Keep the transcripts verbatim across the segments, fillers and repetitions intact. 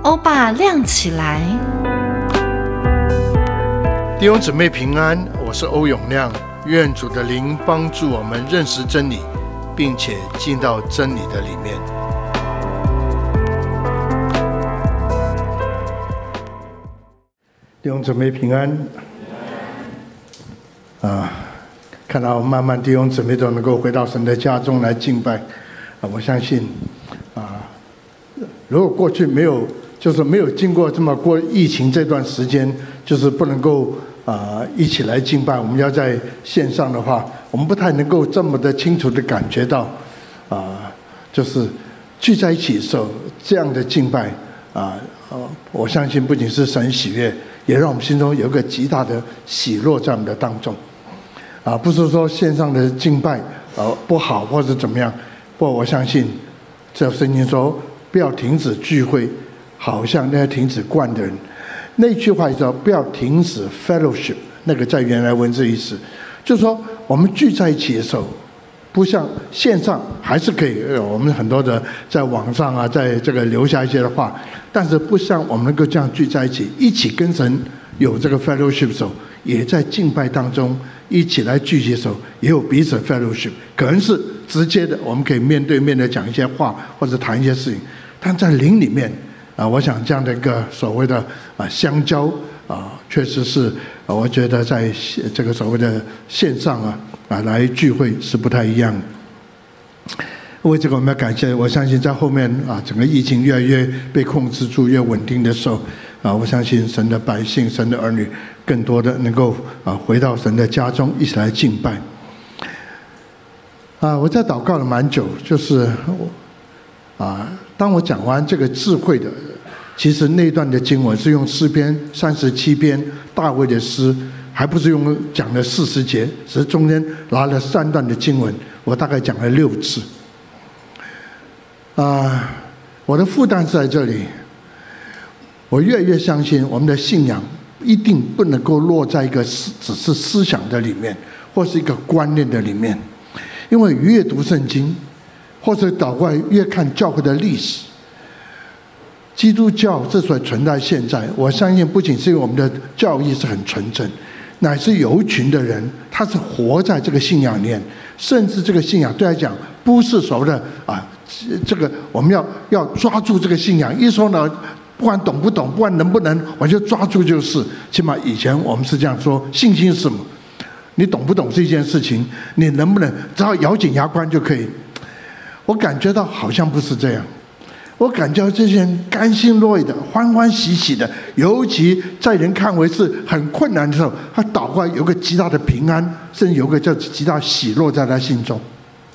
欧巴亮起来。 弟兄姊妹平安，我是欧永亮，愿主的灵帮助我们认识真理，并且进到真理的里面。弟兄姊妹平安啊！看到慢慢弟兄姊妹都能够回到神的家中来敬拜啊，我相信啊，如果过去没有就是没有经过这么过疫情这段时间，就是不能够啊、呃、一起来敬拜，我们要在线上的话，我们不太能够这么的清楚的感觉到啊、呃，就是聚在一起的时候这样的敬拜啊、呃，我相信不仅是神喜悦，也让我们心中有一个极大的喜乐在我们的当中啊，不是说线上的敬拜呃不好或者怎么样，不过我相信这圣经说不要停止聚会，好像那些停止灌的人，那句话叫不要停止 fellowship， 那个在原来文字意思就是说我们聚在一起的时候，不像线上还是可以，我们很多的在网上啊，在这个留下一些的话，但是不像我们能够这样聚在一起，一起跟神有这个 fellowship 的时候，也在敬拜当中一起来聚集的时候，也有彼此 fellowship， 可能是直接的，我们可以面对面的讲一些话或者谈一些事情，但在灵里面啊，我想这样的一个所谓的啊相交啊，确实是啊，我觉得在这个所谓的线上啊啊来聚会是不太一样的。为这个我们要感谢，我相信在后面啊，整个疫情越来越被控制住、越稳定的时候啊，我相信神的百姓、神的儿女更多的能够啊回到神的家中，一起来敬拜。啊，我在祷告了蛮久，就是啊，当我讲完这个智慧的，其实那段的经文是用诗篇三十七篇大卫的诗，还不是用讲了四十节，只是中间拿了三段的经文，我大概讲了六次。啊，我的负担是在这里，我越来越相信我们的信仰一定不能够落在一个只是思想的里面，或是一个观念的里面，因为越读圣经，或者倒过来越看教会的历史，基督教之所以存在现在，我相信不仅是因为我们的教义是很纯正，乃是有一群的人他是活在这个信仰里面，甚至这个信仰对他讲不是所谓的啊，这个我们要要抓住这个信仰，一说呢不管懂不懂，不管能不能，我就抓住就是。起码以前我们是这样说，信心是什么？你懂不懂是一件事情，你能不能只要咬紧牙关就可以？我感觉到好像不是这样，我感觉到这些人甘心乐意的、欢欢喜喜的，尤其在人看为是很困难的时候，他祷告有个极大的平安，甚至有个叫极大喜乐在他心中。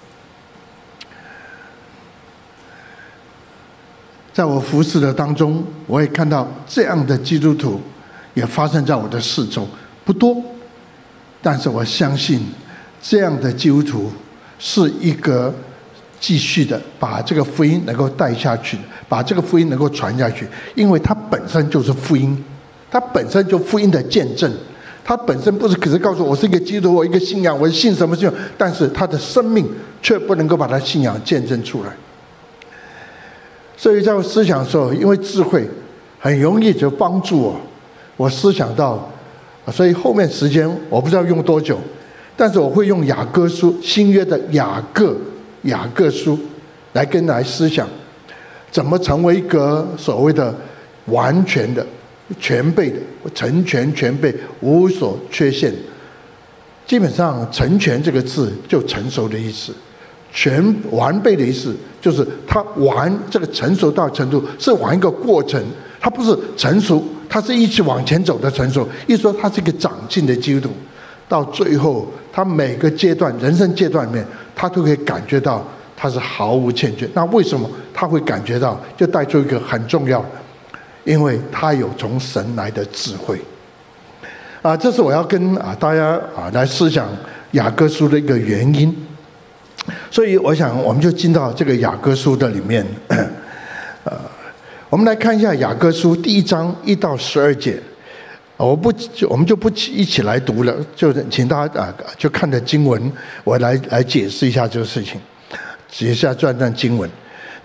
在我服侍的当中，我也看到这样的基督徒也发生在我的四周，不多，但是我相信这样的基督徒是一个继续的把这个福音能够带下去，把这个福音能够传下去，因为它本身就是福音，它本身就福音的见证，它本身不是只是告诉我是一个基督徒，我一个信仰，我信什么信仰，但是他的生命却不能够把他信仰见证出来。所以在我思想的时候，因为智慧很容易就帮助我，我思想到，所以后面时间我不知道用多久，但是我会用雅各书新约的雅各雅各书来跟来思想，怎么成为一个所谓的完全的、全备的、成全全备、无所缺陷。基本上“成全”这个字就成熟的意思。全完备的意思就是它完这个成熟到程度是完一个过程，它不是成熟，它是一起往前走的成熟。意思说它是一个长进的基督徒，到最后他每个阶段人生阶段里面，他都可以感觉到他是毫无欠缺。那为什么他会感觉到？就带出一个很重要，因为他有从神来的智慧。啊，这是我要跟啊大家啊来思想雅各书的一个原因。所以我想我们就进到这个雅各书的里面，呃，我们来看一下雅各书第一章一到十二节。我不我们就不一起来读了，就请大家啊就看着经文，我来来解释一下这个事情，解释一下这段经文。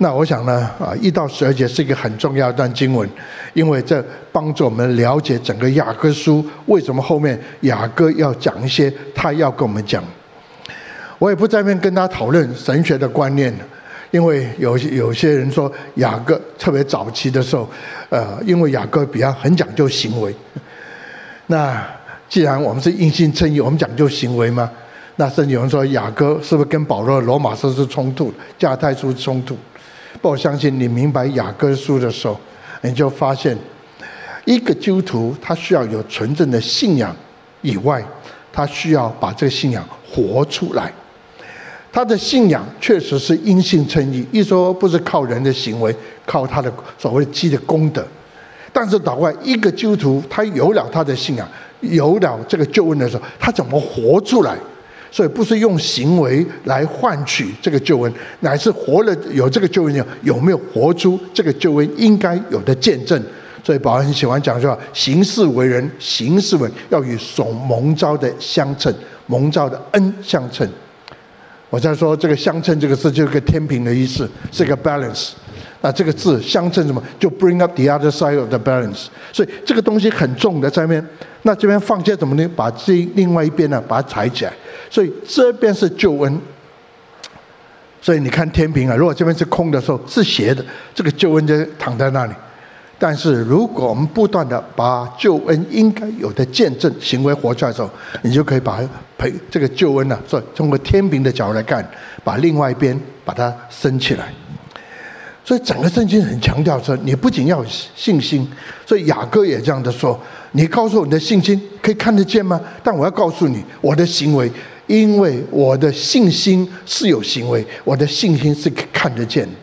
那我想呢，啊，一到十二节是一个很重要的一段经文，因为这帮助我们了解整个雅各书为什么后面雅各要讲一些他要跟我们讲。我也不在那边跟他讨论神学的观念，因为有有些人说雅各特别早期的时候，呃，因为雅各比较很讲究行为。那既然我们是因信称义，我们讲究行为吗？那甚至有人说雅各是不是跟保罗的罗马书是冲突，加拉太书是冲突？不，我相信你明白雅各书的时候，你就发现，一个基督徒他需要有纯正的信仰以外，他需要把这个信仰活出来。他的信仰确实是因信称义，一说不是靠人的行为，靠他的所谓积的功德。但是倒过来，一个基督徒他有了他的信仰，有了这个救恩的时候，他怎么活出来？所以不是用行为来换取这个救恩，乃是活了有这个救恩，有没有活出这个救恩应该有的见证。所以保罗很喜欢讲说，行事为人，行事为人要与所蒙召的相称，蒙召的恩相称。我在说这个相称这个字就是个天平的意思，是个 balance。那这个字相称什么？就 bring up the other side of the balance。所以这个东西很重的在那边，那这边放下怎么呢？把这另外一边呢，把它抬起来。所以这边是救恩。所以你看天平啊，如果这边是空的时候是斜的，这个救恩就躺在那里。但是如果我们不断的把救恩应该有的见证行为活出来的时候，你就可以把陪这个救恩呢、啊，所以通过天平的角度来看，把另外一边把它升起来。所以整个圣经很强调说，你不仅要有信心，所以雅各也这样的说：你告诉我你的信心可以看得见吗？但我要告诉你，我的行为，因为我的信心是有行为，我的信心是可以看得见的。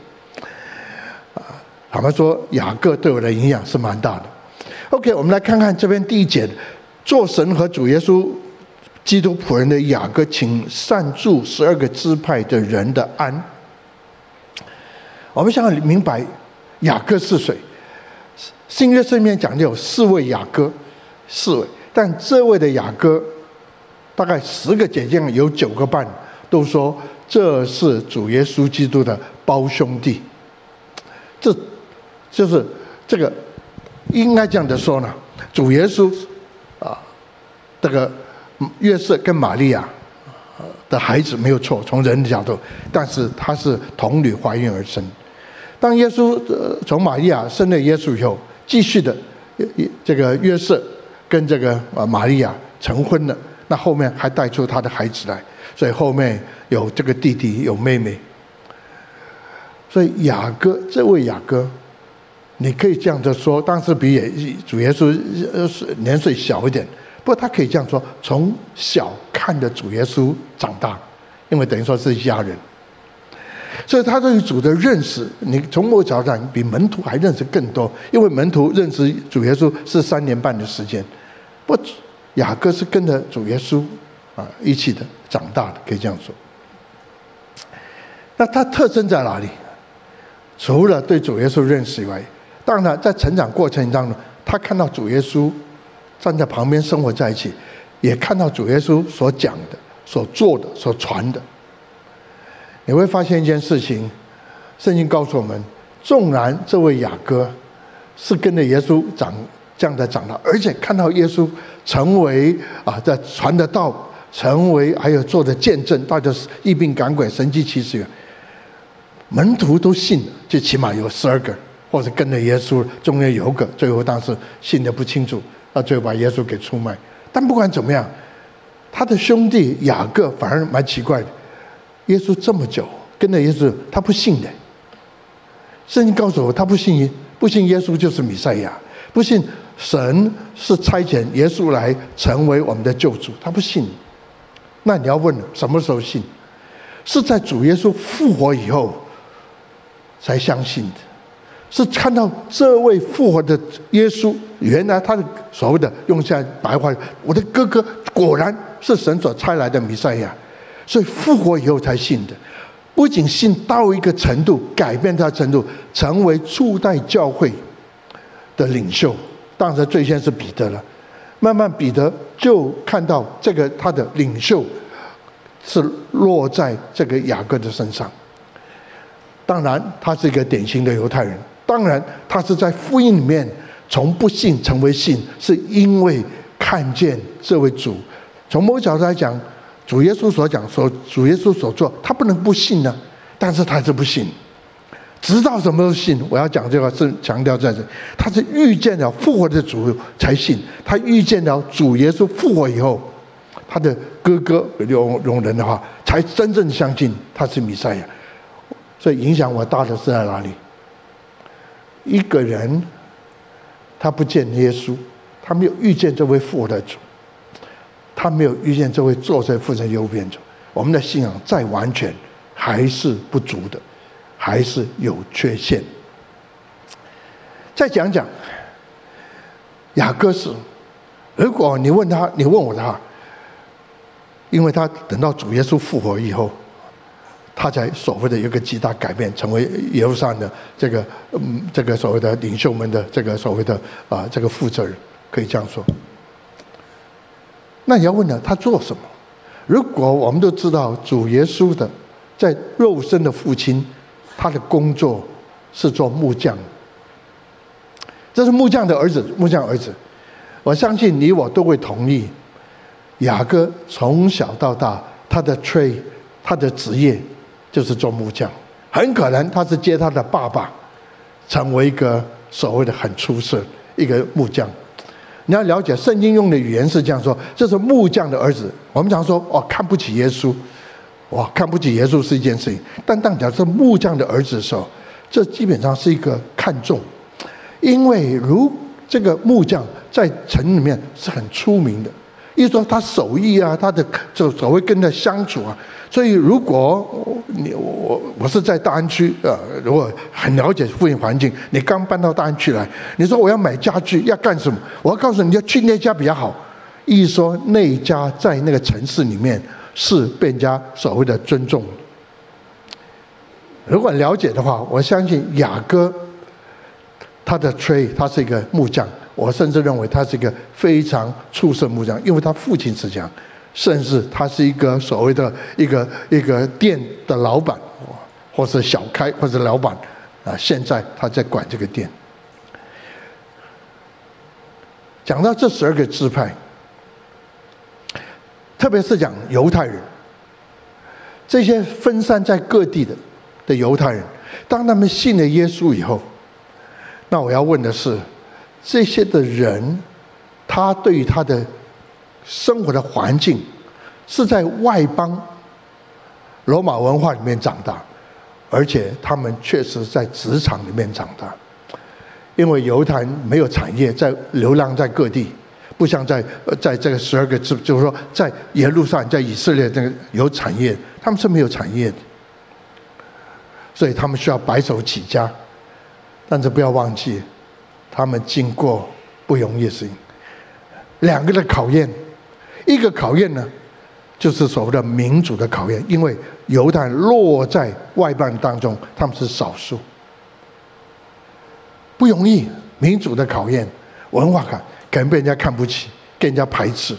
坦白说，雅各对我的影响是蛮大的。OK， 我们来看看这边第一节，做神和主耶稣基督仆人的雅各，请善祝十二个支派的人的安。我们想要明白雅各是谁。新约圣经讲的有四位雅各，四位，但这位的雅各，大概十个姐妹有九个半都说这是主耶稣基督的胞兄弟。这就是这个应该这样的说呢，主耶稣啊，这个约瑟跟玛利亚的孩子没有错，从人的角度，但是他是童女怀孕而生。当耶稣呃从玛利亚生了耶稣以后，继续的这个约瑟跟这个啊玛利亚成婚了，那后面还带出他的孩子来，所以后面有这个弟弟有妹妹。所以雅各这位雅各，你可以这样子说，当时比也主耶稣年岁小一点，不过他可以这样说，从小看着主耶稣长大，因为等于说是一家人。所以他对于主的认识，你从某角度上比门徒还认识更多，因为门徒认识主耶稣是三年半的时间，不，雅各是跟着主耶稣啊一起的长大的，可以这样说。那他特征在哪里？除了对主耶稣认识以外，当然在成长过程当中，他看到主耶稣站在旁边生活在一起，也看到主耶稣所讲的、所做的、所传的。你会发现一件事情，圣经告诉我们，纵然这位雅各是跟着耶稣长这样的长大，而且看到耶稣成为啊在传的道，成为还有做的见证，大家疫病赶鬼、神迹奇事，门徒都信了，就起码有十二个，或者跟着耶稣，中间有一个最后当时信得不清楚，到最后把耶稣给出卖。但不管怎么样，他的兄弟雅各反而蛮奇怪的，耶稣这么久跟着耶稣，他不信的。圣经告诉我，他不信不信耶稣就是弥赛亚，不信神是差遣耶稣来成为我们的救主，他不信。那你要问什么时候信？是在主耶稣复活以后才相信的，是看到这位复活的耶稣，原来他的所谓的用现在白话，我的哥哥果然是神所差来的弥赛亚，所以复活以后才信的。不仅信到一个程度，改变他的程度，成为初代教会的领袖。当然最先是彼得了，慢慢彼得就看到这个他的领袖是落在这个雅各的身上。 当然他是一个典型的犹太人，当然他是在福音里面从不信成为信，是因为看见这位主。从某个角度来讲，主耶稣所讲所主耶稣所做，他不能不信呢，但是他还是不信。直到什么时候信？我要讲这个是强调在这，他是遇见了复活的主才信。他遇见了主耶稣复活以后，他的哥哥用用人的话，才真正相信他是弥赛亚。所以影响我大的是在哪里？一个人他不见耶稣，他没有遇见这位复活的主，他没有遇见这位坐在父神右边主，我们的信仰再完全还是不足的，还是有缺陷。再讲讲雅各是，如果你问他，你问我他，因为他等到主耶稣复活以后，他才所谓的有一个极大改变，成为耶路撒冷的这个嗯这个所谓的领袖们的这个所谓的啊、呃、这个负责人，可以这样说。那你要问了，他做什么？如果我们都知道主耶稣的在肉身的父亲，他的工作是做木匠，这是木匠的儿子，木匠儿子。我相信你我都会同意，雅各从小到大，他的 trade， 他的职业就是做木匠，很可能他是接他的爸爸，成为一个所谓的很出色一个木匠。你要了解圣经用的语言是这样说，这是木匠的儿子。我们常说哦，看不起耶稣，哇，看不起耶稣是一件事情，但当讲是木匠的儿子的时候，这基本上是一个看重，因为如这个木匠在城里面是很出名的，意思说他手艺啊，他的就所谓跟他相处啊，所以如果你我我是在大安区呃，如果很了解附近环境，你刚搬到大安区来，你说我要买家具要干什么？我要告诉你，要去那家比较好。意思说那一家在那个城市里面是被人家所谓的尊重。如果了解的话，我相信雅各他的 trade， 他是一个木匠，我甚至认为他是一个非常出色木匠，因为他父亲是这样，甚至他是一个所谓的一个一个店的老板，或是小开或者老板啊，现在他在管这个店。讲到这十二个支派，特别是讲犹太人，这些分散在各地的的犹太人，当他们信了耶稣以后，那我要问的是，这些的人，他对于他的生活的环境是在外邦罗马文化里面长大，而且他们确实在职场里面长大，因为犹太人没有产业，在流浪在各地，不像在在这个十二个支，就是说在耶路撒冷在以色列那个有产业，他们是没有产业的，所以他们需要白手起家。但是不要忘记，他们经过不容易的事情，两个的考验，一个考验呢，就是所谓的民主的考验，因为犹太人落在外邦当中，他们是少数，不容易。民主的考验，文化感，可能被人家看不起，被人家排斥。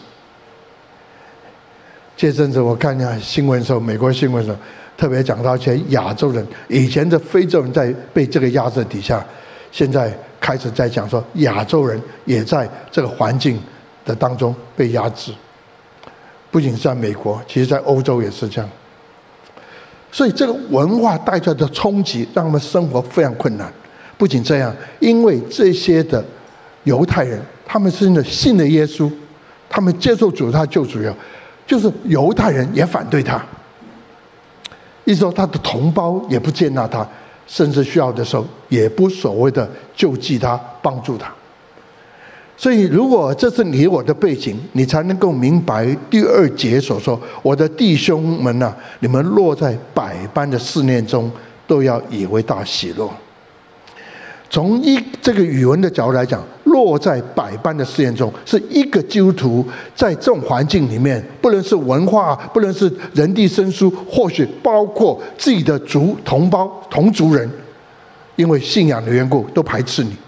这阵子我看下新闻的时候，美国新闻的时候，特别讲到一些亚洲人，以前的非洲人在被这个压制底下，现在开始在讲说亚洲人也在这个环境的当中被压制。不仅是在美国，其实在欧洲也是这样。所以这个文化带出来的冲击，让他们生活非常困难。不仅这样，因为这些的犹太人，他们真的信了耶稣，他们接受主他救主以后，就是犹太人也反对他。意思说他的同胞也不接纳他，甚至需要的时候也不所谓的救济他、帮助他。所以如果这是你我的背景，你才能够明白第二节所说，我的弟兄们啊，你们落在百般的试炼中，都要以为大喜乐。从一这个语文的角度来讲，落在百般的试验中，是一个基督徒在这种环境里面，不论是文化，不论是人地生疏，或许包括自己的族同胞同族人，因为信仰的缘故都排斥你，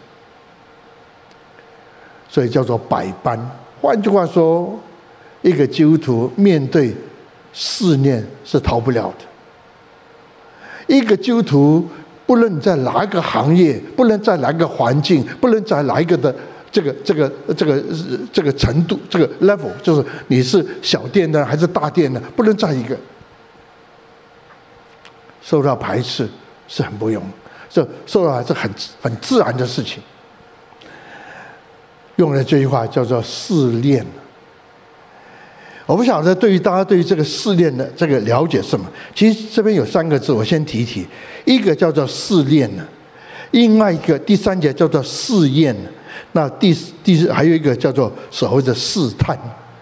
所以叫做百般。换句话说，一个基督徒面对试炼是逃不了的， 一个基督徒不论在哪一个行业，不论在哪一个环境，不论在哪一个的这个这个这个这个程度，这个 level， 就是你是小店的还是大店的，不论在一个受到排斥是很不容易，这受到是很很自然的事情。用了这句话叫做试炼。我不晓得对于大家对于这个试炼的这个了解是什么？其实这边有三个字，我先提一提。一个叫做试炼呢，另外一个第三节叫做试验，那第第四还有一个叫做所谓的试探。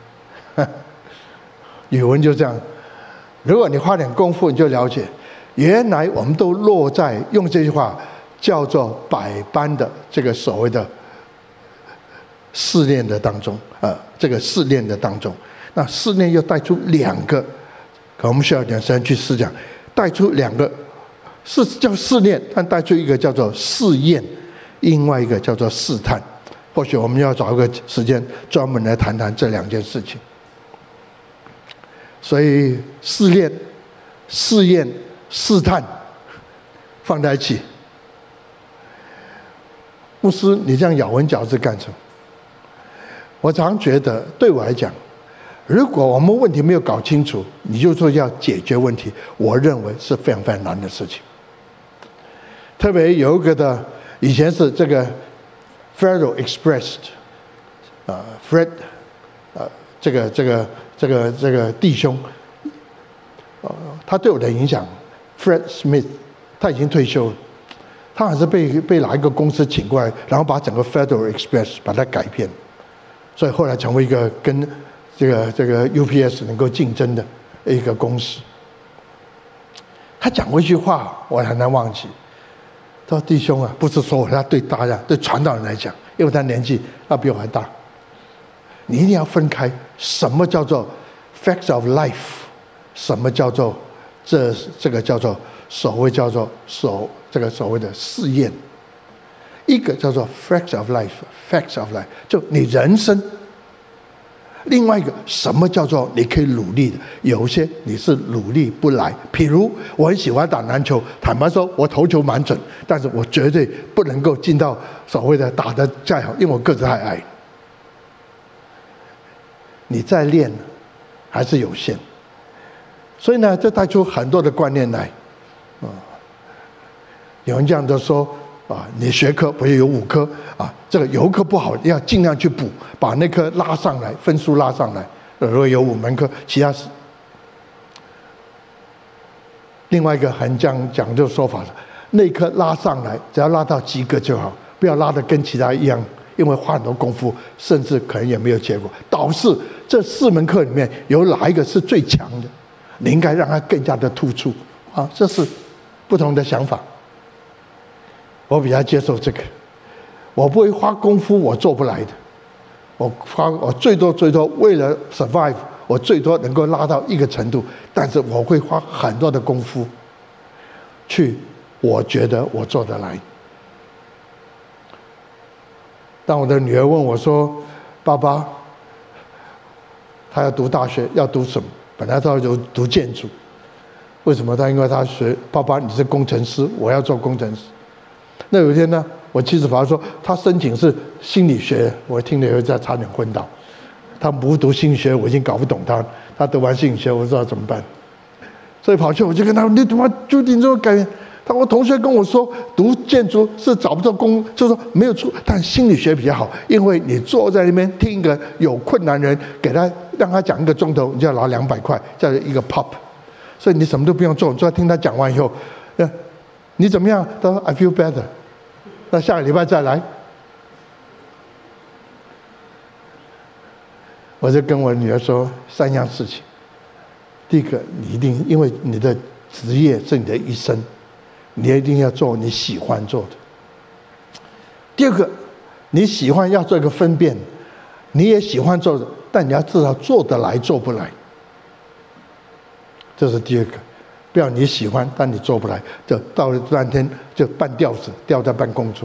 语文就这样，如果你花点功夫，你就了解，原来我们都落在用这句话叫做百般的这个所谓的试炼的当中，呃，这个试炼的当中，那试炼又带出两个，可我们需要点时间去思想，带出两个是叫试炼，但带出一个叫做试验，另外一个叫做试探。或许我们要找一个时间专门来谈谈这两件事情。所以试炼、试验、试探放在一起，牧师，你这样咬文嚼字干什么？我常觉得，对我来讲，如果我们问题没有搞清楚，你就说要解决问题，我认为是非常非常难的事情。特别有一个的，以前是这个 Federal Express， 啊 ，Fred， 啊，这个这个这个这个弟兄，呃，他对我的影响 ，Fred Smith， 他已经退休了，他还是被被哪一个公司请过来，然后把整个 Federal Express 把它改变。所以后来成为一个跟这个这个 U P S 能够竞争的一个公司。他讲过一句话，我很难忘记。他说：“弟兄啊，不是说我，他对大家对传道人来讲，因为他年纪他比我还大，你一定要分开什么叫做 facts of life， 什么叫做这这个叫做所谓叫做所这个所谓的试验。一个叫做 facts of life，facts of life， 就你人生；另外一个什么叫做你可以努力的？有些你是努力不来。譬如我很喜欢打篮球，坦白说，我投球蛮准，但是我绝对不能够进到所谓的打得再好，因为我个子太矮。你再练还是有限，所以呢，这带出很多的观念来。啊，有人这样的说。啊，你学科不是有五科啊？这个有一科不好，要尽量去补，把那科拉上来，分数拉上来。如果有五门课，其他是另外一个很讲讲究说法的，那科拉上来，只要拉到及格就好，不要拉得跟其他一样，因为花很多功夫，甚至可能也没有结果。导致这四门课里面有哪一个是最强的，你应该让它更加的突出啊！这是不同的想法。我比较接受这个，我不会花功夫，我做不来的。我花我最多最多为了 survive， 我最多能够拉到一个程度，但是我会花很多的功夫去，我觉得我做得来。当我的女儿问我说：“爸爸，她要读大学，要读什么？本来她要读建筑，为什么？她因为她学爸爸你是工程师，我要做工程师。”那有一天呢，我妻子跑来说，她申请是心理学，我听了以后在差点昏倒。她不读心理学，我已经搞不懂她。她读完心理学，我不知道怎么办，所以跑去我就跟她说：“你他妈就你这么改变？”他我同学跟我说，读建筑是找不到工，就是说没有出，但心理学比较好，因为你坐在那边听一个有困难人给他让他讲一个钟头，你就要拿两百块，叫一个 pop， 所以你什么都不用做，就要听他讲完以后，呃，你怎么样？他说 I feel better。那下个礼拜再来，我就跟我女儿说三样事情。第一个，你一定因为你的职业是你的一生，你一定要做你喜欢做的。第二个，你喜欢要做一个分辨，你也喜欢做的，但你要知道做得来做不来。这是第二个。不要你喜欢，但你做不来，就到了半天就半吊子，吊在半空中。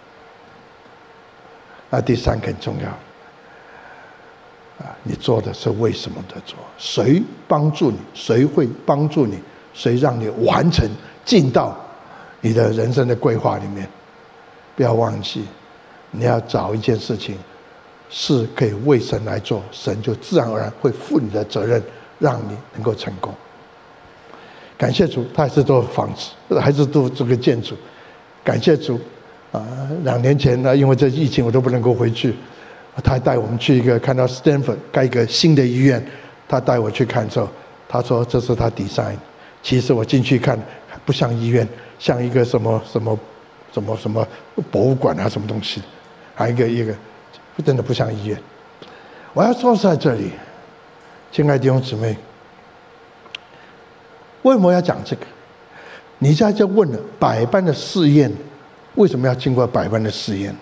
那第三个很重要，啊，你做的是为什么的做？谁帮助你？谁会帮助你？谁让你完成进到你的人生的规划里面。不要忘记，你要找一件事情是可以为神来做，神就自然而然会负你的责任，让你能够成功。感谢主，他还是做房子，还是做这个建筑。感谢主啊！两年前呢，因为这疫情我都不能够回去，他还带我们去一个看到 Stanford 盖一个新的医院，他带我去看之后，他说这是他 design。其实我进去看，不像医院，像一个什么什么什么什么博物馆啊，什么东西，还有一个一个，真的不像医院。我要说在这里，亲爱的弟兄姊妹，为什么要讲这个？你在这问了百般的试验，为什么要经过百般的试验？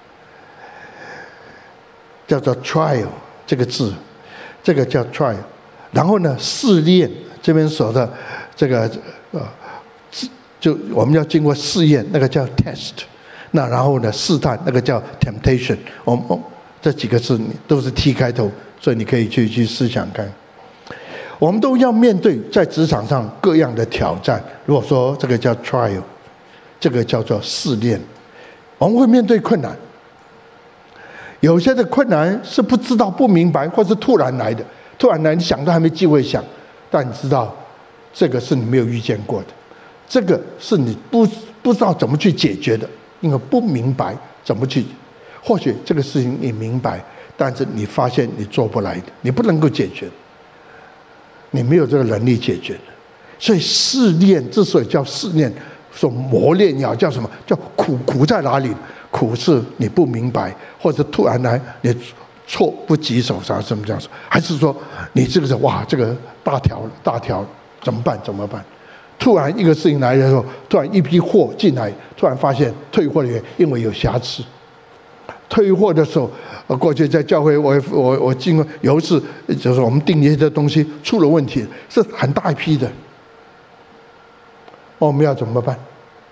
叫做 trial 这个字，这个叫 trial。然后呢，试炼这边说的这个呃，就我们要经过试验，那个叫 test。那然后呢，试探那个叫 temptation。我们这几个字都是 T 开头，所以你可以去去思想看。我们都要面对在职场上各样的挑战。如果说这个叫 trial， 这个叫做试炼，我们会面对困难。有些的困难是不知道、不明白，或是突然来的。突然来，你想都还没机会想，但你知道，这个是你没有遇见过的，这个是你不不知道怎么去解决的，因为不明白怎么去。或许这个事情你明白，但是你发现你做不来的，你不能够解决。你没有这个能力解决的，所以试炼之所以叫试炼，说磨练也好，叫什么叫苦？苦在哪里？苦是你不明白，或者突然来你措不及手，啥什么这样说？还是说你这个是哇，这个大条大条怎么办？怎么办？突然一个事情来的时候，突然一批货进来，突然发现退货的原因因为有瑕疵。退货的时候，过去在教会我我我经过有一次，就是我们订一些东西出了问题，是很大一批的，我们要怎么办？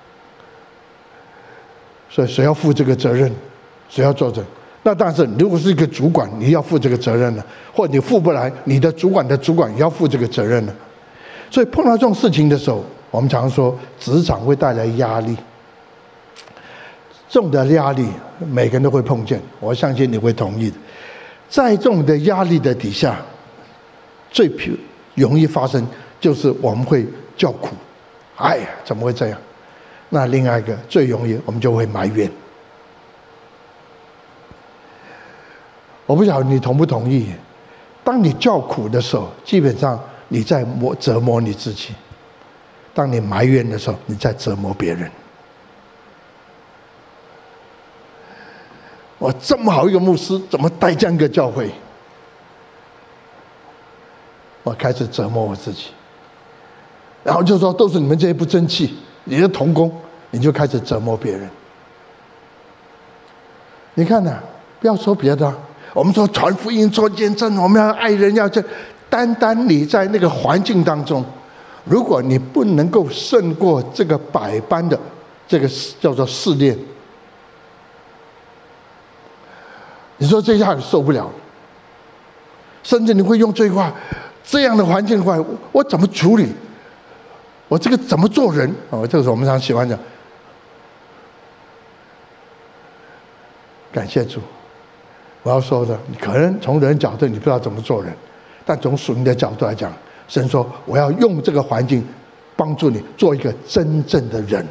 所以谁要负这个责任？谁要做这？那但是如果是一个主管，你要负这个责任了，或者你负不来，你的主管的主管也要负这个责任了。所以碰到这种事情的时候，我们常说职场会带来压力。这种的压力，每个人都会碰见，我相信你会同意的。在这种的压力的底下，最容易发生就是我们会叫苦，哎呀，怎么会这样？那另外一个最容易，我们就会埋怨。我不晓得你同不同意？当你叫苦的时候，基本上你在磨折磨你自己；当你埋怨的时候，你在折磨别人。我这么好一个牧师，怎么带这样一个教会？我开始折磨我自己，然后就说都是你们这些不争气，你的同工，你就开始折磨别人。你看呐、啊，不要说别的，我们说传福音、做见证，我们要爱人，要这，单单你在那个环境当中，如果你不能够胜过这个百般的这个叫做试炼。你说这下受不了，甚至你会用这句话：这样的环境的话，我怎么处理？我这个怎么做人？哦，这个是我们常喜欢讲。感谢主，我要说的，你可能从人角度你不知道怎么做人，但从属灵的角度来讲，神说我要用这个环境帮助你做一个真正的人。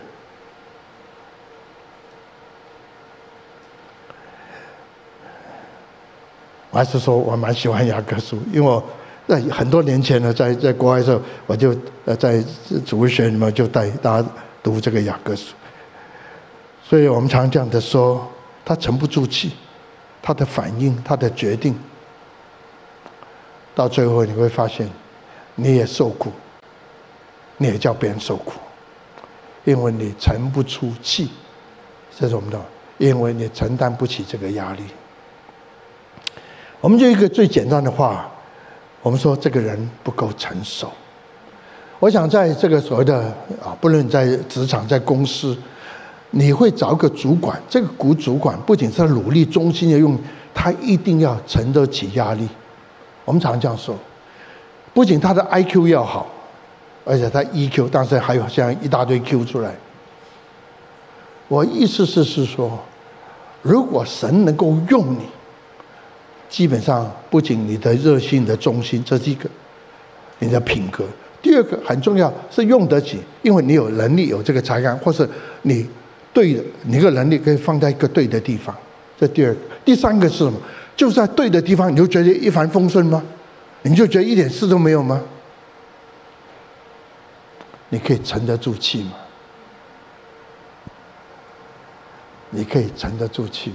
我还是说我蛮喜欢雅各书，因为我在很多年前呢，在在国外的时候，我就呃在主日学里面就带大家读这个雅各书。所以我们常这样的说，他沉不住气，他的反应，他的决定，到最后你会发现，你也受苦，你也叫别人受苦，因为你沉不出气，这是我们的，因为你承担不起这个压力。我们就一个最简单的话，我们说这个人不够成熟。我想在这个所谓的啊，不论在职场、在公司，你会找一个主管，这个股主管不仅是努力、忠心的用，他一定要承得起压力。我们常这样说，不仅他的 I Q 要好， 而且他 E Q， 但是还有像一大堆 Q 出来。我意思是是说，如果神能够用你，基本上不仅你的热心、你的忠心，这是一个你的品格。第二个很重要是用得起，因为你有能力、有这个才干，或是你对的，你这个能力可以放在一个对的地方。这第二个。第三个是什么？就是在对的地方，你就觉得一帆风顺吗？你就觉得一点事都没有吗？你可以沉得住气吗？你可以沉得住气吗？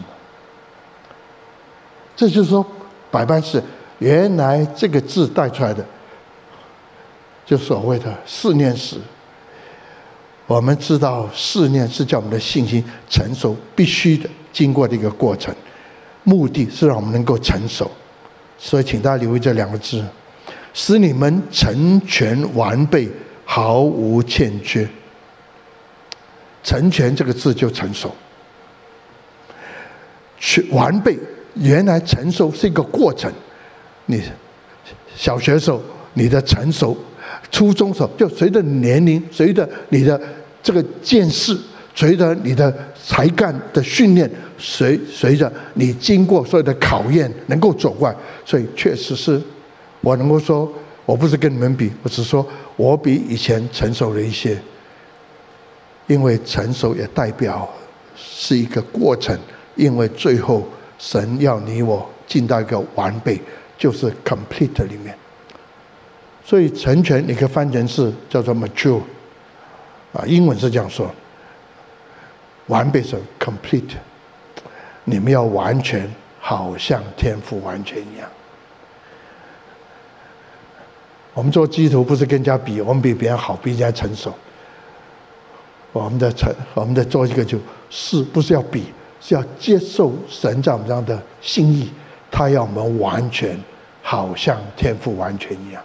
这就是说，百般事，原来这个字带出来的，就所谓的试炼时。我们知道试炼是叫我们的信心成熟，必须的经过的一个过程，目的是让我们能够成熟。所以请大家留意这两个字，使你们成全完备，毫无欠缺。成全这个字就成熟，完备原来成熟是一个过程。你小学的时候你的成熟，初中的时候就随着年龄，随着你的这个见识，随着你的才干的训练，随随着你经过所有的考验，能够走过来。所以确实是我能够说，我不是跟你们比，我只是说我比以前成熟了一些。因为成熟也代表是一个过程，因为最后神要你我进到一个完备，就是 complete 里面。所以成全你可以翻成是叫做 mature 啊，英文是这样说，完备是 complete， 你们要完全，好像天父完全一样。我们做基督徒不是跟人家比，我们比别人好，比人家成熟。我们的成，我们的做一个就是不是要比，是要接受神在我们这样的心意，他要我们完全，好像天父完全一样。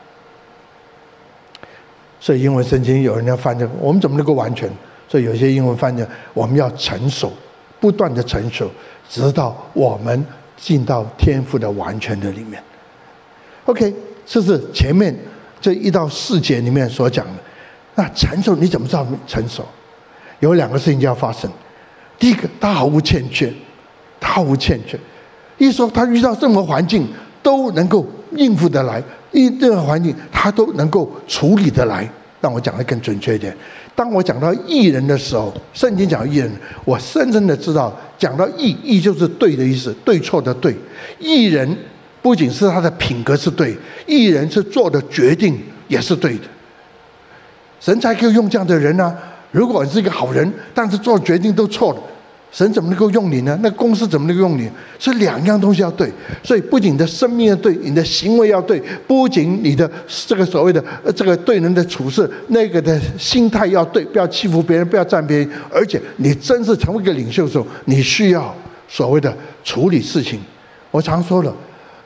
所以英文圣经有人要翻译，我们怎么能够完全？所以有些英文翻译，我们要成熟，不断的成熟，直到我们进到天父的完全的里面。OK， 这是前面这一到四节里面所讲的。那成熟你怎么知道成熟？有两个事情就要发生。第一个，他毫无欠缺，他毫无欠缺。一说他遇到任何环境都能够应付得来，任何环境他都能够处理得来。让我讲得更准确一点。当我讲到义人的时候，圣经讲义人，我深深的知道，讲到义，义就是对的意思，对错的对。义人不仅是他的品格是对，义人是做的决定也是对的。神才可以用这样的人啊！如果你是一个好人，但是做决定都错了，神怎么能够用你呢？那公司怎么能够用你？是两样东西要对。所以不仅你的生命要对，你的行为要对，不仅你的这个所谓的这个对人的处事，那个的心态要对，不要欺负别人，不要占别人。而且你真是成为一个领袖的时候，你需要所谓的处理事情。我常说了，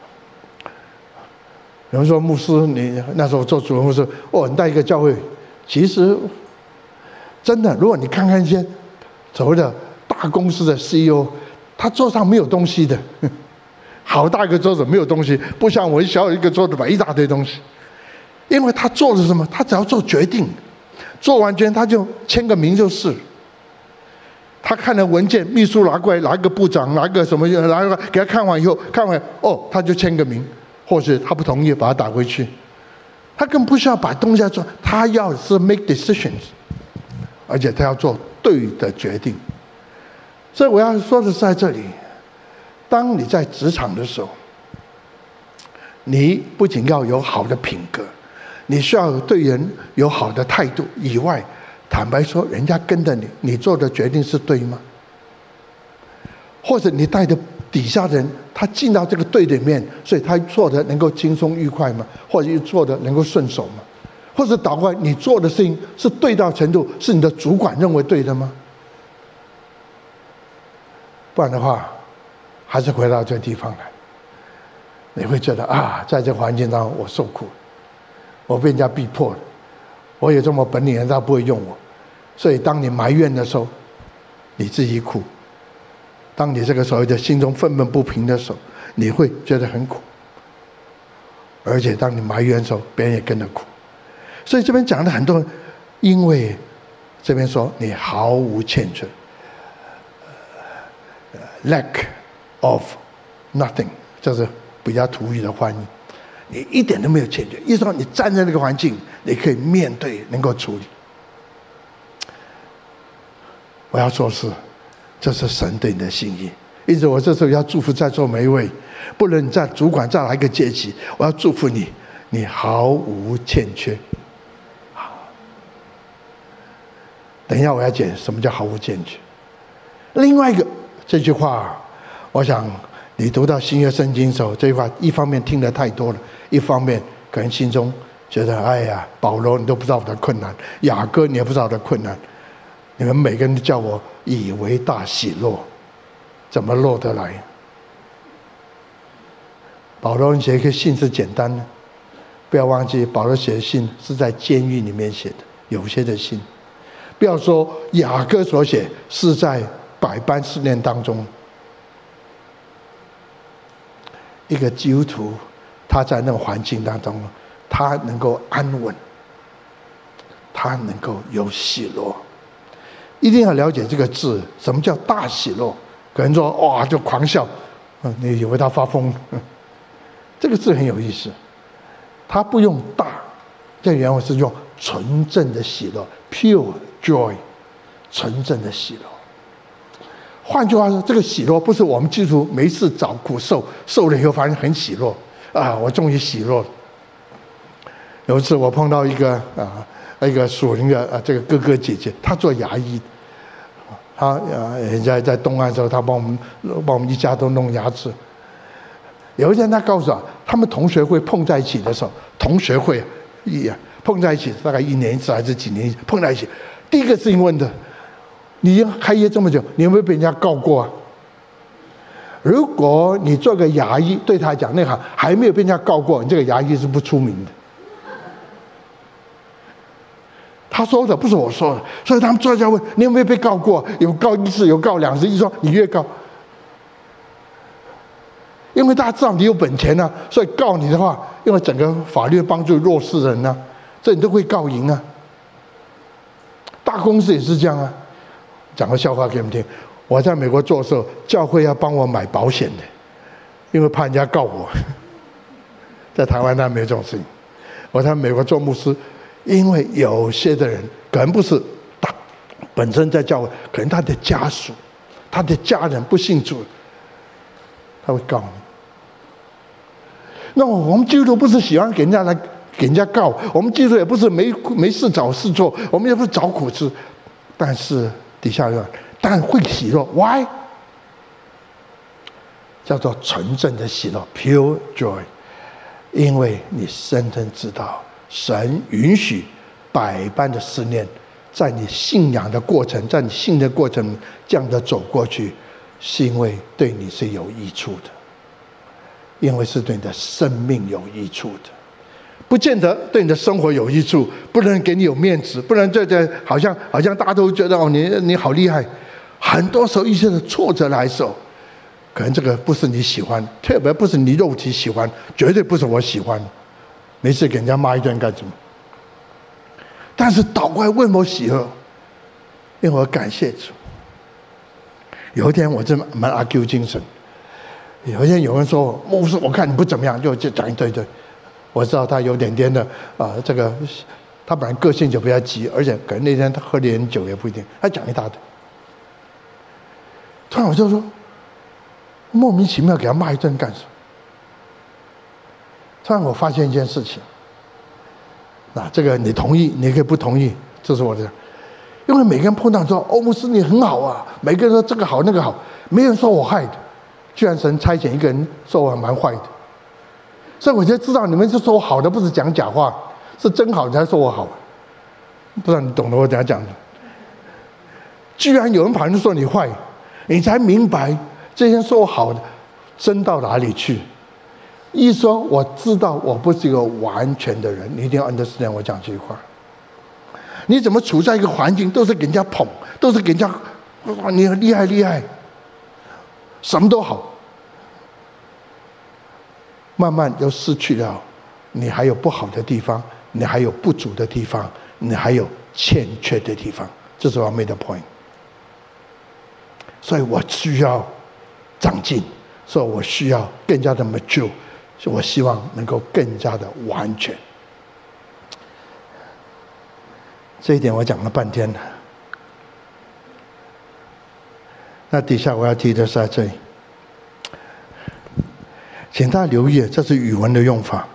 有人说牧师，你那时候做主任牧师，哦，你带一个教会。其实，真的，如果你看看一些所谓的大公司的 C E O， 他桌上没有东西的，好大一个桌子没有东西，不像我小小一个桌子摆一大堆东西。因为他做的什么？他只要做决定，做完决定他就签个名就是。他看了文件，秘书拿过来，拿一个部长，拿一个什么，拿一个给他看完以后，看完哦，他就签个名，或者他不同意，把他打回去。他更不需要把东西要做，他要是 make decisions， 而且他要做对的决定。所以我要说的是在这里，当你在职场的时候，你不仅要有好的品格，你需要对人有好的态度以外，坦白说，人家跟着你，你做的决定是对吗？或者你带的底下的人，他进到这个队里面，所以他做的能够轻松愉快吗？或者做的能够顺手吗？或者倒过来，你做的事情是对到程度，是你的主管认为对的吗？不然的话，还是回到这个地方来，你会觉得啊，在这个环境当中我受苦，我被人家逼迫了，我有这么本领，人家不会用我。所以当你埋怨的时候，你自己苦。当你这个所谓的心中愤愤不平的时候，你会觉得很苦。而且当你埋怨的时候，别人也跟着苦。 所以这边讲了很多，因为这边说你毫无欠缺 ，lack of nothing， 这是比较土语的翻译。你一点都没有欠缺，意思说你站在那个环境，你可以面对，能够处理。我要说是，这是神对你的心意。因此，我这时候要祝福在座每一位，不论你在主管在哪一个阶级，我要祝福你，你毫无欠缺。等一下我要讲什么叫毫无欠缺。另外一个这句话，我想你读到新约圣经的时候，这句话一方面听得太多了，一方面可能心中觉得，哎呀，保罗你都不知道我的困难，雅各你也不知道我的困难，你们每个人都叫我以为大喜乐，怎么落得来？保罗写一个信是简单的，不要忘记保罗写的信是在监狱里面写的，有些的信。不要说雅各所写是在百般试炼当中。一个基督徒，他在那个环境当中，他能够安稳，他能够有喜乐。一定要了解这个字，什么叫大喜乐？可能说哇就狂笑，嗯，你以为他发疯？这个字很有意思，他不用大，这原文是用纯正的喜乐 （pure joy）， 纯正的喜乐。换句话说，这个喜乐不是我们基督徒没事找苦受，受了以后发现很喜乐啊，我终于喜乐了。有一次我碰到一个啊一个属灵的啊这个哥哥姐姐，他做牙医，他啊人家在东岸的时候，他帮我们帮我们一家都弄牙齿。有一天他告诉我，他们同学会碰在一起的时候，同学会一碰在一起，大概一年一次还是几年一次碰在一起，第一个事情问的。你开业这么久，你有没有被人家告过啊？如果你做个牙医，对他讲那行还没有被人家告过，你这个牙医是不出名的。他说的不是我说的，所以他们专家问你有没有被告过？有告一次，有告两次，一说你越告，因为大家知道你有本钱啊，所以告你的话，因为整个法律帮助弱势人啊，这你都会告赢啊。大公司也是这样啊。讲个笑话给你们听，我在美国做的时候，教会要帮我买保险的，因为怕人家告我。在台湾当然没有这种事情。我在美国做牧师，因为有些的人可能不是他本身在教会，可能他的家属、他的家人不信主，他会告你。那我们基督徒不是喜欢给人家来给人家告，我们基督徒也不是没没事找事做，我们也不是找苦吃，但是。底下一段，但会喜乐 ，why？ 叫做纯正的喜乐 ，pure joy， 因为你深深知道，神允许百般的试炼，在你信仰的过程，在你信的过程这样的走过去，是因为对你是有益处的，因为是对你的生命有益处的。不见得对你的生活有益处，不能给你有面子，不能这这好像好像大家都觉得哦，你你好厉害。很多时候一些的挫折来的时候，可能这个不是你喜欢，特别不是你肉体喜欢，绝对不是我喜欢。没事给人家骂一顿干什么？但是祷告为什么喜乐？因为我感谢主。有一天我真蛮阿 Q 精神，有一天有人说牧师，我看你不怎么样，就就讲一堆堆。我知道他有点点的啊、呃，这个他本来个性就比较急，而且可能那天他喝了点酒也不一定。他讲一大堆，突然我就说，莫名其妙给他骂一顿干什么？突然我发现一件事情，那这个你同意，你可以不同意，这是我的。因为每个人碰到说，欧牧师你很好啊，每个人说这个好那个好，没人说我害的，居然神差遣一个人说我蛮坏的。所以我就知道你们是说我好的，不是讲假话，是真好你才说我好。不知道你懂得我怎样讲的？居然有人跑来说你坏，你才明白这些说我好的真到哪里去。一说我知道我不是一个完全的人，你一定要 understand 我讲这句话。你怎么处在一个环境都是给人家捧，都是给人家哇你很厉害厉害，什么都好。慢慢又失去了，你还有不好的地方， 你还有不足的地方，你还有欠缺的地方，这是我要 make the point。所以我需要长进，所以我需要更加的 mature， 所以我希望能够更加的完全。这一点我讲了半天了。那底下我要提的是在这里，请大家留意，这是语文的用法，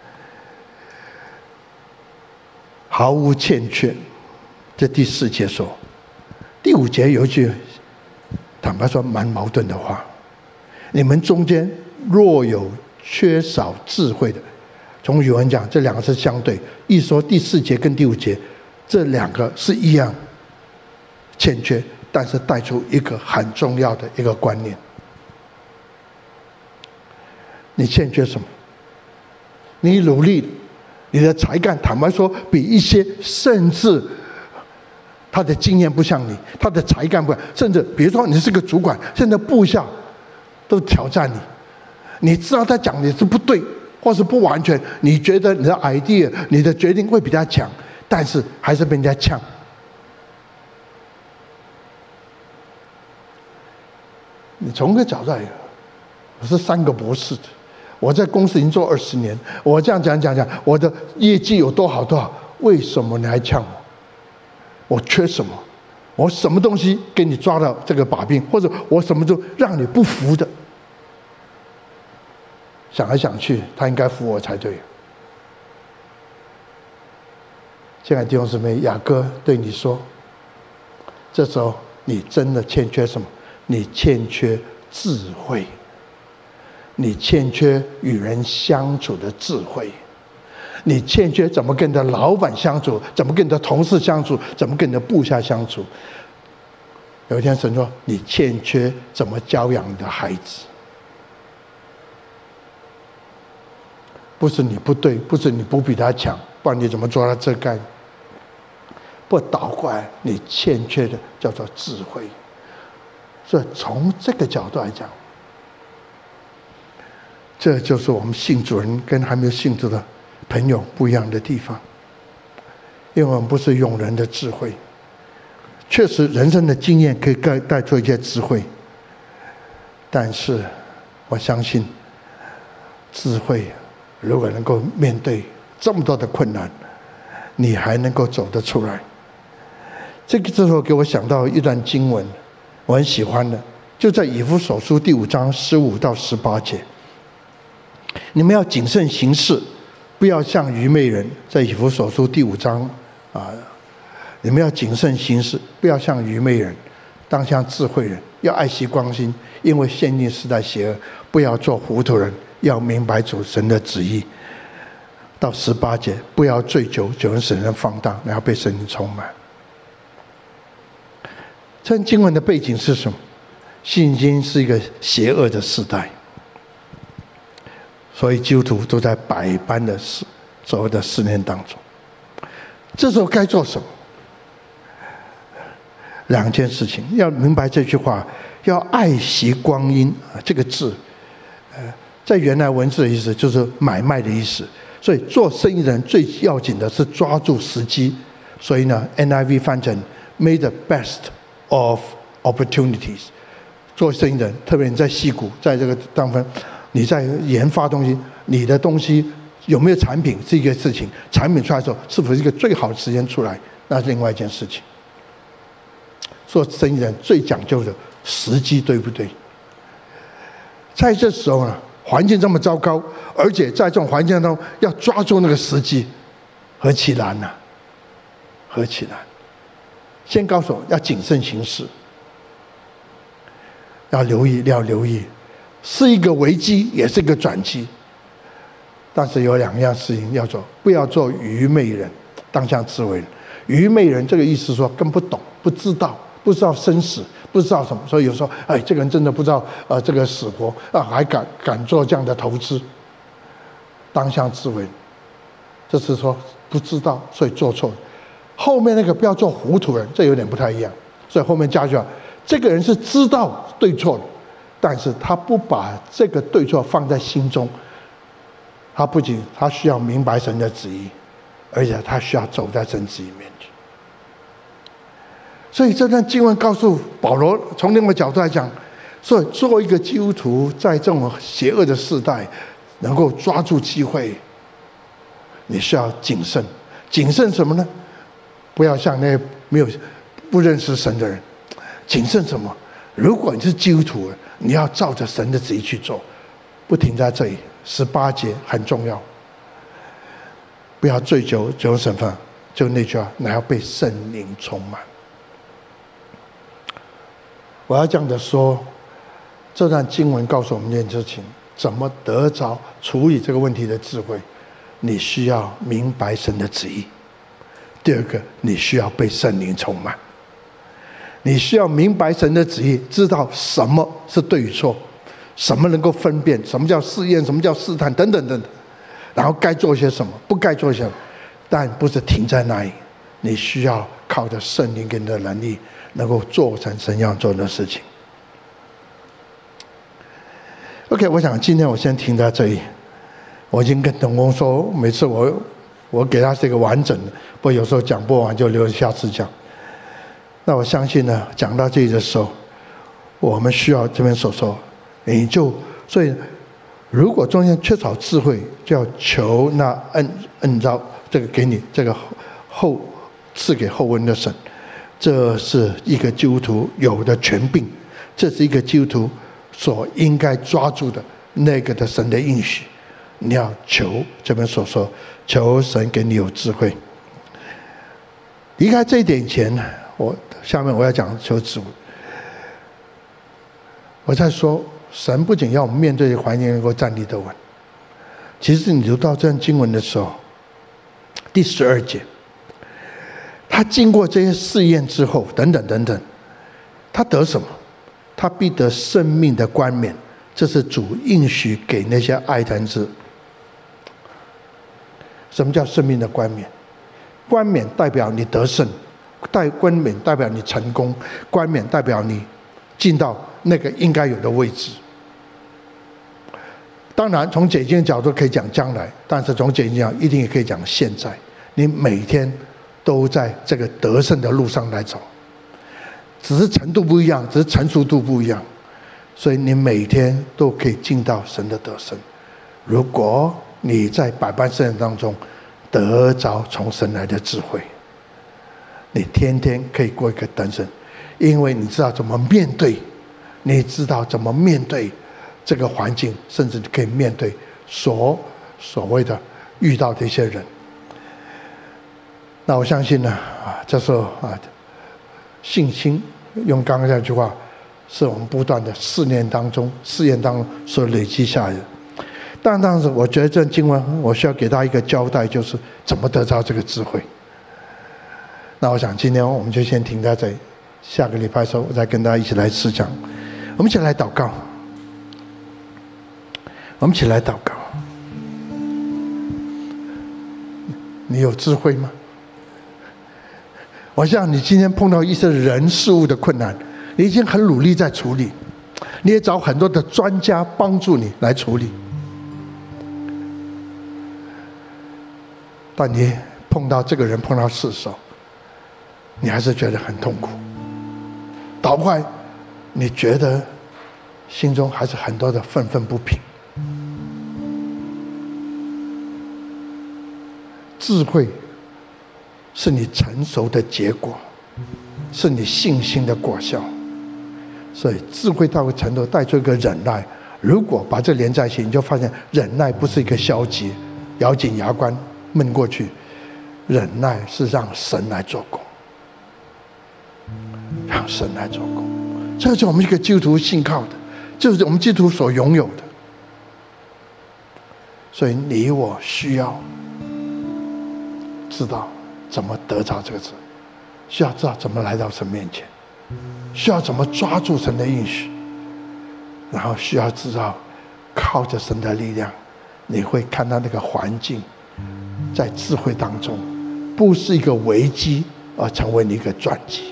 毫无欠缺。这第四节说，第五节有一句坦白说蛮矛盾的话，你们中间若有缺少智慧的，从语文讲这两个是相对，一说第四节跟第五节这两个是一样欠缺，但是带出一个很重要的一个观念，你欠缺什么？你努力，你的才干坦白说比一些甚至他的经验不像你，他的才干不像，甚至比如说你是个主管，现在部下都挑战你，你知道他讲的是不对或是不完全，你觉得你的 idea 你的决定会比他强，但是还是被人家呛。你从个角度来，我是三个博士的，我在公司已经做二十年，我这样讲讲讲，我的业绩有多好多好，为什么你还呛我？我缺什么？我什么东西给你抓到这个把柄，或者我什么都让你不服的？想来想去，他应该服我才对。现在弟兄姊妹，雅各对你说，这时候你真的欠缺什么？你欠缺智慧，你欠缺与人相处的智慧，你欠缺怎么跟你的老板相处，怎么跟你的同事相处，怎么跟你的部下相处。有一天神说，你欠缺怎么教养你的孩子。不是你不对，不是你不比他强，不然你怎么做到这干？不倒过来，你欠缺的叫做智慧。所以从这个角度来讲，这就是我们信主人跟还没有信主的朋友不一样的地方。因为我们不是用人的智慧，确实人生的经验可以带带出一些智慧，但是我相信智慧如果能够面对这么多的困难，你还能够走得出来。这个之后给我想到一段经文，我很喜欢的，就在以弗所书第五章十五到十八节。你们要谨慎行事，不要像愚昧人。在以弗所书第五章啊，你们要谨慎行事，不要像愚昧人，当像智慧人，要爱惜光阴，因为现今时代邪恶，不要做糊涂人，要明白主神的旨意。到十八节，不要醉酒，酒能使人放荡，然后被圣灵充满。这经文的背景是什么？现今是一个邪恶的时代，所以基督徒都在百般的所谓的试炼当中。这时候该做什么？两件事情，要明白这句话，要爱惜光阴啊，这个字，呃，在原来文字的意思就是买卖的意思。所以做生意人最要紧的是抓住时机。所以呢 ，N I V 翻成 "Make the best of opportunities"。做生意人，特别你在矽谷，在这个当中，你在研发东西，你的东西有没有产品是一个事情，产品出来的时候是否是一个最好的时间出来，那是另外一件事情。做生意人最讲究的时机对不对？在这时候呢，环境这么糟糕，而且在这种环境当中要抓住那个时机，何其难啊！何其难！先告诉我要谨慎行事，要留意，要留意，是一个危机，也是一个转机。但是有两样事情要做，不要做愚昧人，当像智慧人。愚昧人这个意思说更不懂，不知道，不知道生死，不知道什么，所以有时候，哎，这个人真的不知道呃这个死活啊，还敢敢做这样的投资，当像智慧人。这是说不知道，所以做错了。后面那个不要做糊涂人，这有点不太一样，所以后面加句话，这个人是知道对错的，但是他不把这个对错放在心中。他不仅他需要明白神的旨意， 而且他需要走在神旨意面去。所以这段经文告诉保罗，从另外一个角度来讲，所以作为一个基督徒，在这种邪恶的时代，能够抓住机会，你需要谨慎。谨慎什么呢？不要像那些没有不认识神的人。谨慎什么？如果你是基督徒，你要照着神的旨意去做，不停在这里。十八节很重要，不要醉酒，酒审判，就那句话，乃要被圣灵充满。我要这样的说，这段经文告诉我们一件事情：怎么得着处理这个问题的智慧？你需要明白神的旨意。第二个，你需要被圣灵充满。你需要明白神的旨意，知道什么是对与错，什么能够分辨，什么叫试验，什么叫试探，等等等等。然后该做些什么，不该做些什么，但不是停在那里。你需要靠着圣灵给你的能力，能够做成神要做的事情。OK， 我想今天我先停在这里。我已经跟董工说，每次我我给他是一个完整的，不过有时候讲不完就留着下次讲。那我相信呢，讲到这里的时候，我们需要这边所说，你就所以，如果中间缺少智慧，就要求那按按照这个给你这个后赐给后恩的神，这是一个基督徒有的权柄，这是一个基督徒所应该抓住的那个的神的应许。你要求这边所说，求神给你有智慧。离开这一点前，我下面我要讲求智慧。我在说，神不仅要我们面对环境能够站立得稳，其实你读到这段经文的时候，第十二节，他经过这些试验之后，等等等等，他得什么？他必得生命的冠冕，这是主应许给那些爱他之。什么叫生命的冠冕？冠冕代表你得胜，代冠冕代表你成功，冠冕代表你进到那个应该有的位置。当然，从解经的角度可以讲将来，但是从解经讲一定也可以讲现在。你每天都在这个得胜的路上来走，只是程度不一样，只是成熟度不一样，所以你每天都可以进到神的得胜。如果你在百般试验当中得着从神来的智慧，你天天可以过一个得胜，因为你知道怎么面对，你知道怎么面对这个环境，甚至可以面对所所谓的遇到的一些人。那我相信呢，啊，这时候啊，信心用刚刚那句话，是我们不断的试炼当中、试验当中所累积下来的。但当时我觉得这经文，我需要给他一个交代，就是怎么得到这个智慧。那我想今天我们就先停在这里，下个礼拜的时候我再跟大家一起来思讲。我们一起来祷告，我们一起来祷告。你有智慧吗？我想你今天碰到一些人事物的困难，你已经很努力在处理，你也找很多的专家帮助你来处理，但你碰到这个人碰到事的时候，你还是觉得很痛苦。倒过来，你觉得心中还是很多的愤愤不平。智慧是你成熟的结果，是你信心的果效。所以智慧到个程度带出一个忍耐，如果把这连在一起，你就发现忍耐不是一个消极咬紧牙关闷过去，忍耐是让神来做工，让神来做工。这就是我们一个基督徒信靠的，这就是我们基督徒所拥有的。所以你我需要知道怎么得着这个字，需要知道怎么来到神面前，需要怎么抓住神的应许，然后需要知道靠着神的力量，你会看到那个环境在智慧当中不是一个危机，而成为你一个转机。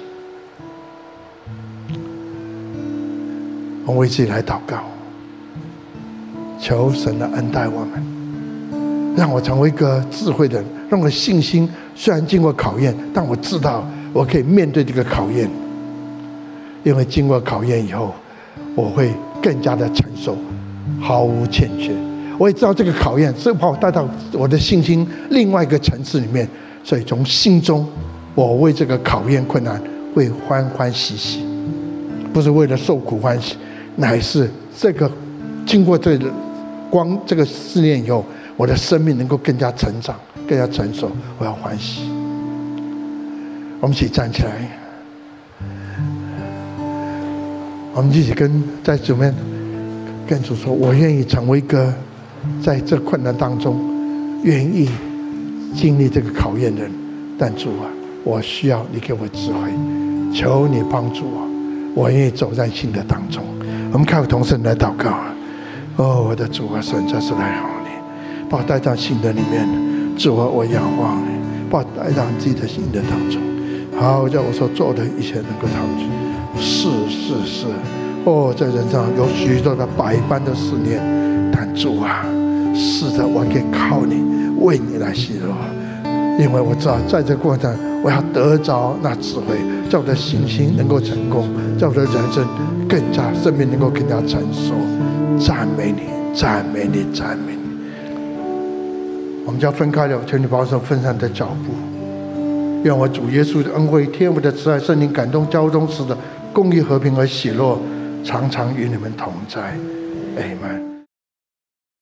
我们为自己来祷告，求神的恩待我们，让我成为一个智慧的人， 让我信心虽然经过考验，但我知道我可以面对这个考验。因为经过考验以后，我会更加的成熟，毫无欠缺。我也知道这个考验是把我带到我的信心另外一个层次里面，所以从心中，我为这个考验困难会欢欢喜喜，不是为了受苦欢喜，乃是这个经过这个光这个试炼以后，我的生命能够更加成长，更加成熟，我要欢喜。我们一起站起来，我们一起跟在主面跟主说：我愿意成为一个在这困难当中愿意经历这个考验的人。但主啊，我需要你给我智慧，求你帮助我，我愿意走在新的当中。我们开口同声来祷告。哦，我的主啊，神真是来好你，把我带到新的里面。主啊，我仰望你，把我带到自己的新的当中。好，叫我所做的一切能够讨主。是是是，哦，在人上有许多的百般的试炼，但主啊，是的，我可以靠你，为你来喜乐，因为我知道在这过程我要得着那智慧，叫我的信心能够成功，叫我的人生更加生命能够更加成熟。赞美你，赞美你，赞美你。我们就要分开了，求你保守分散的脚步。愿我主耶稣的恩惠、天父的慈爱、圣灵感动交通时的公义、和平和喜乐，常常与你们同在。阿们。